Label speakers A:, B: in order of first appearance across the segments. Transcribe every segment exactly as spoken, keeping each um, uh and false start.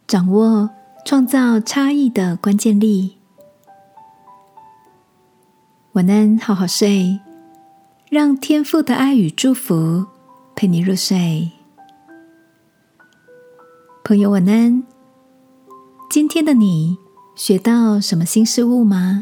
A: 掌握创造差异的关键力。晚安，好好睡，让天父的爱与祝福陪你入睡。朋友晚安，今天的你学到什么新事物吗？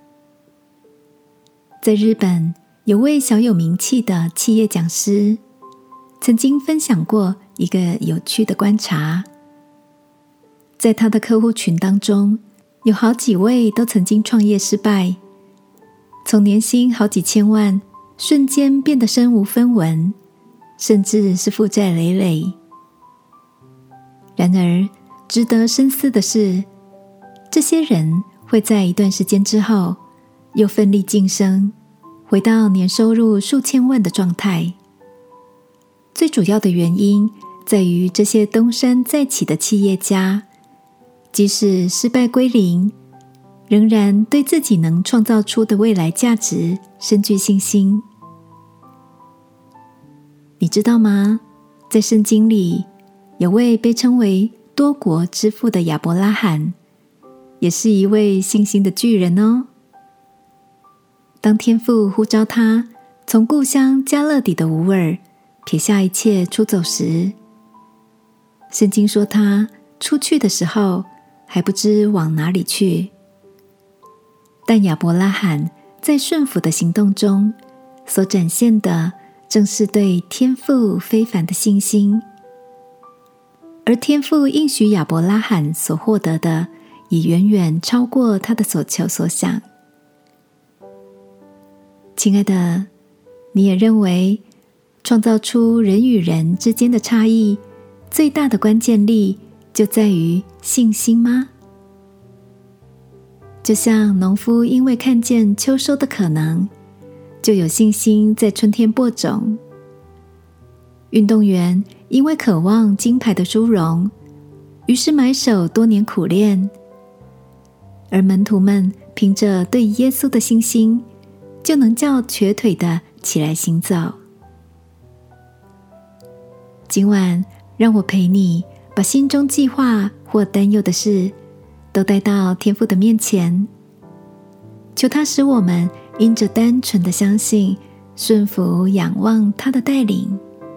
A: 在日本，有位小有名气的企业讲师，曾经分享过一个有趣的观察。在他的客户群当中，有好几位都曾经创业失败，从年薪好几千万瞬间变得身无分文，甚至是负债累累。然而值得深思的是，这些人会在一段时间之后又奋力晋升，回到年收入数千万的状态。最主要的原因在于，这些东山再起的企业家，即使失败归零，仍然对自己能创造出的未来价值深具信心。你知道吗？在圣经里，有位被称为多国之父的亚伯拉罕，也是一位信心的巨人哦。当天父呼召他从故乡加勒底的乌尔撇下一切出走时，圣经说他出去的时候还不知往哪里去。但亚伯拉罕在顺服的行动中所展现的，正是对天父非凡的信心。而天父应许亚伯拉罕所获得的，也远远超过他的所求所想。亲爱的，你也认为创造出人与人之间的差异，最大的关键力就在于信心吗？就像农夫因为看见秋收的可能，就有信心在春天播种；运动员因为渴望金牌的殊荣，于是埋首多年苦练；而门徒们凭着对耶稣的信心，就能叫瘸腿的起来行走。今晚让我陪你把心中计划或担忧的事都带到天父的面前，求他使我们因着单纯的相信，顺服仰望他的带领。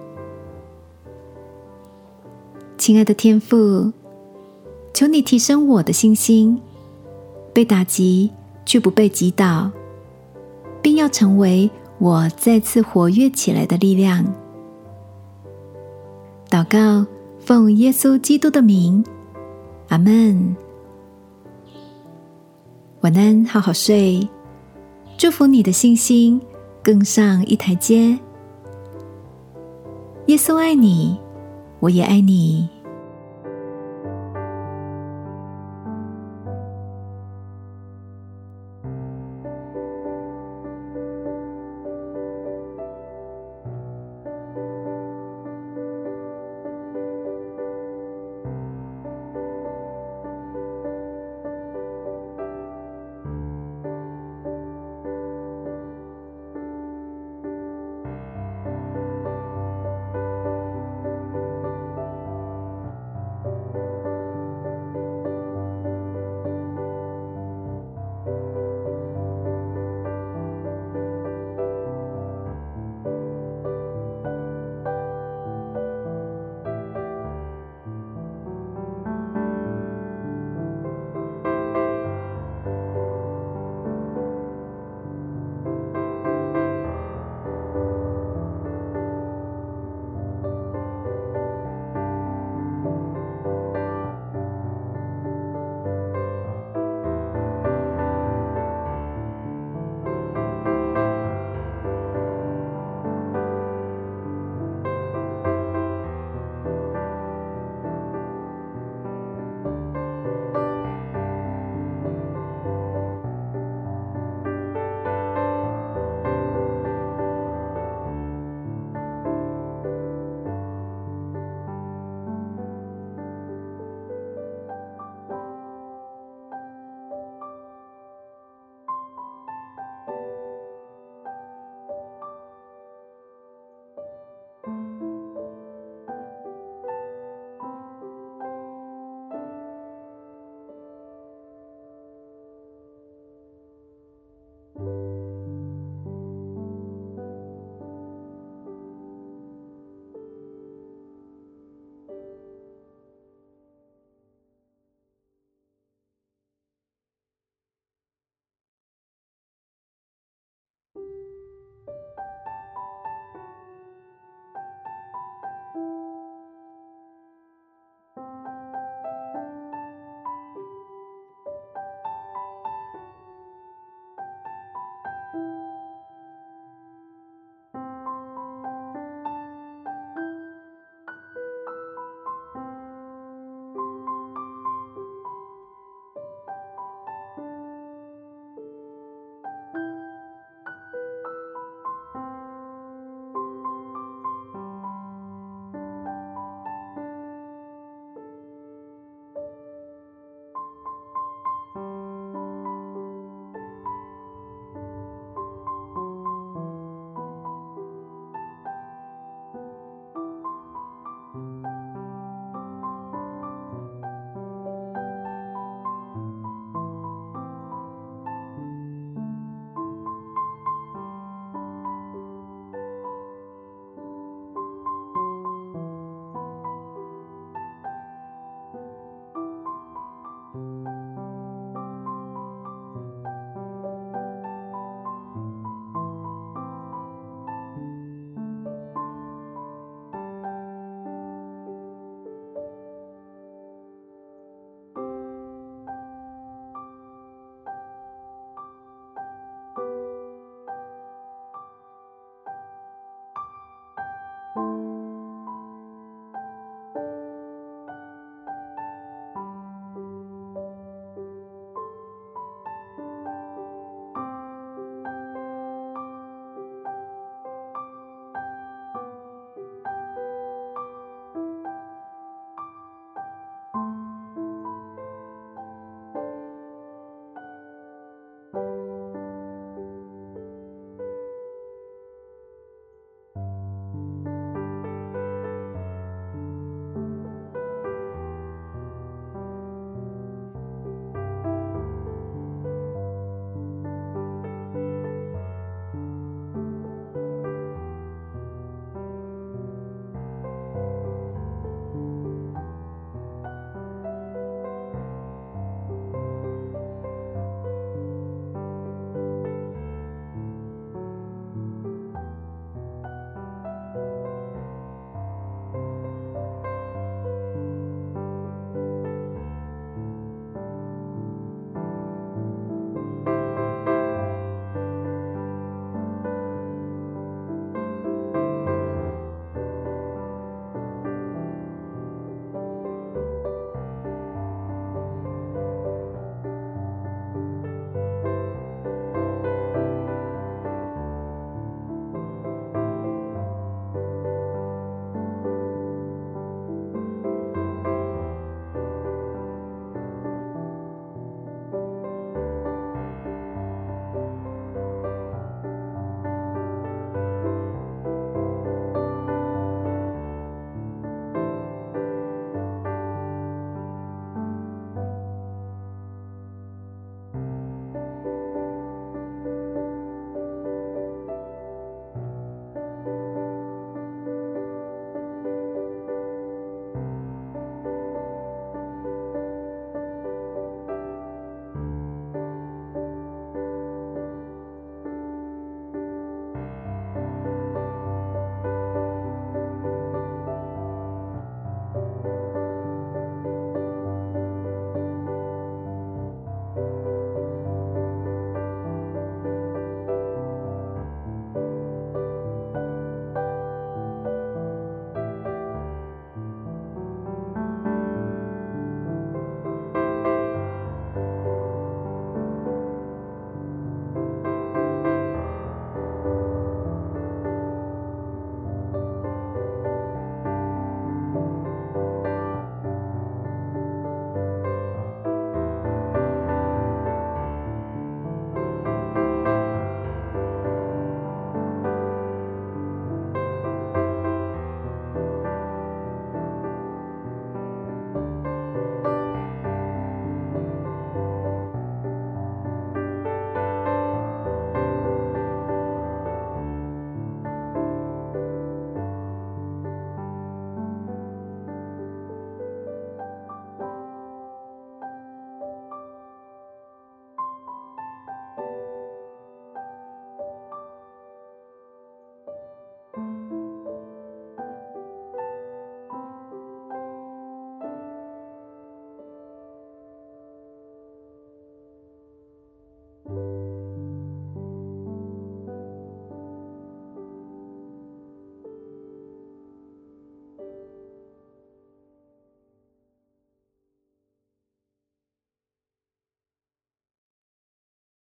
A: 亲爱的天父，求你提升我的信心，被打击却不被击倒，并要成为我再次活跃起来的力量。祷告，奉耶稣基督的名，阿们。晚安，好好睡，祝福你的信心更上一台阶。耶稣爱你，我也爱你。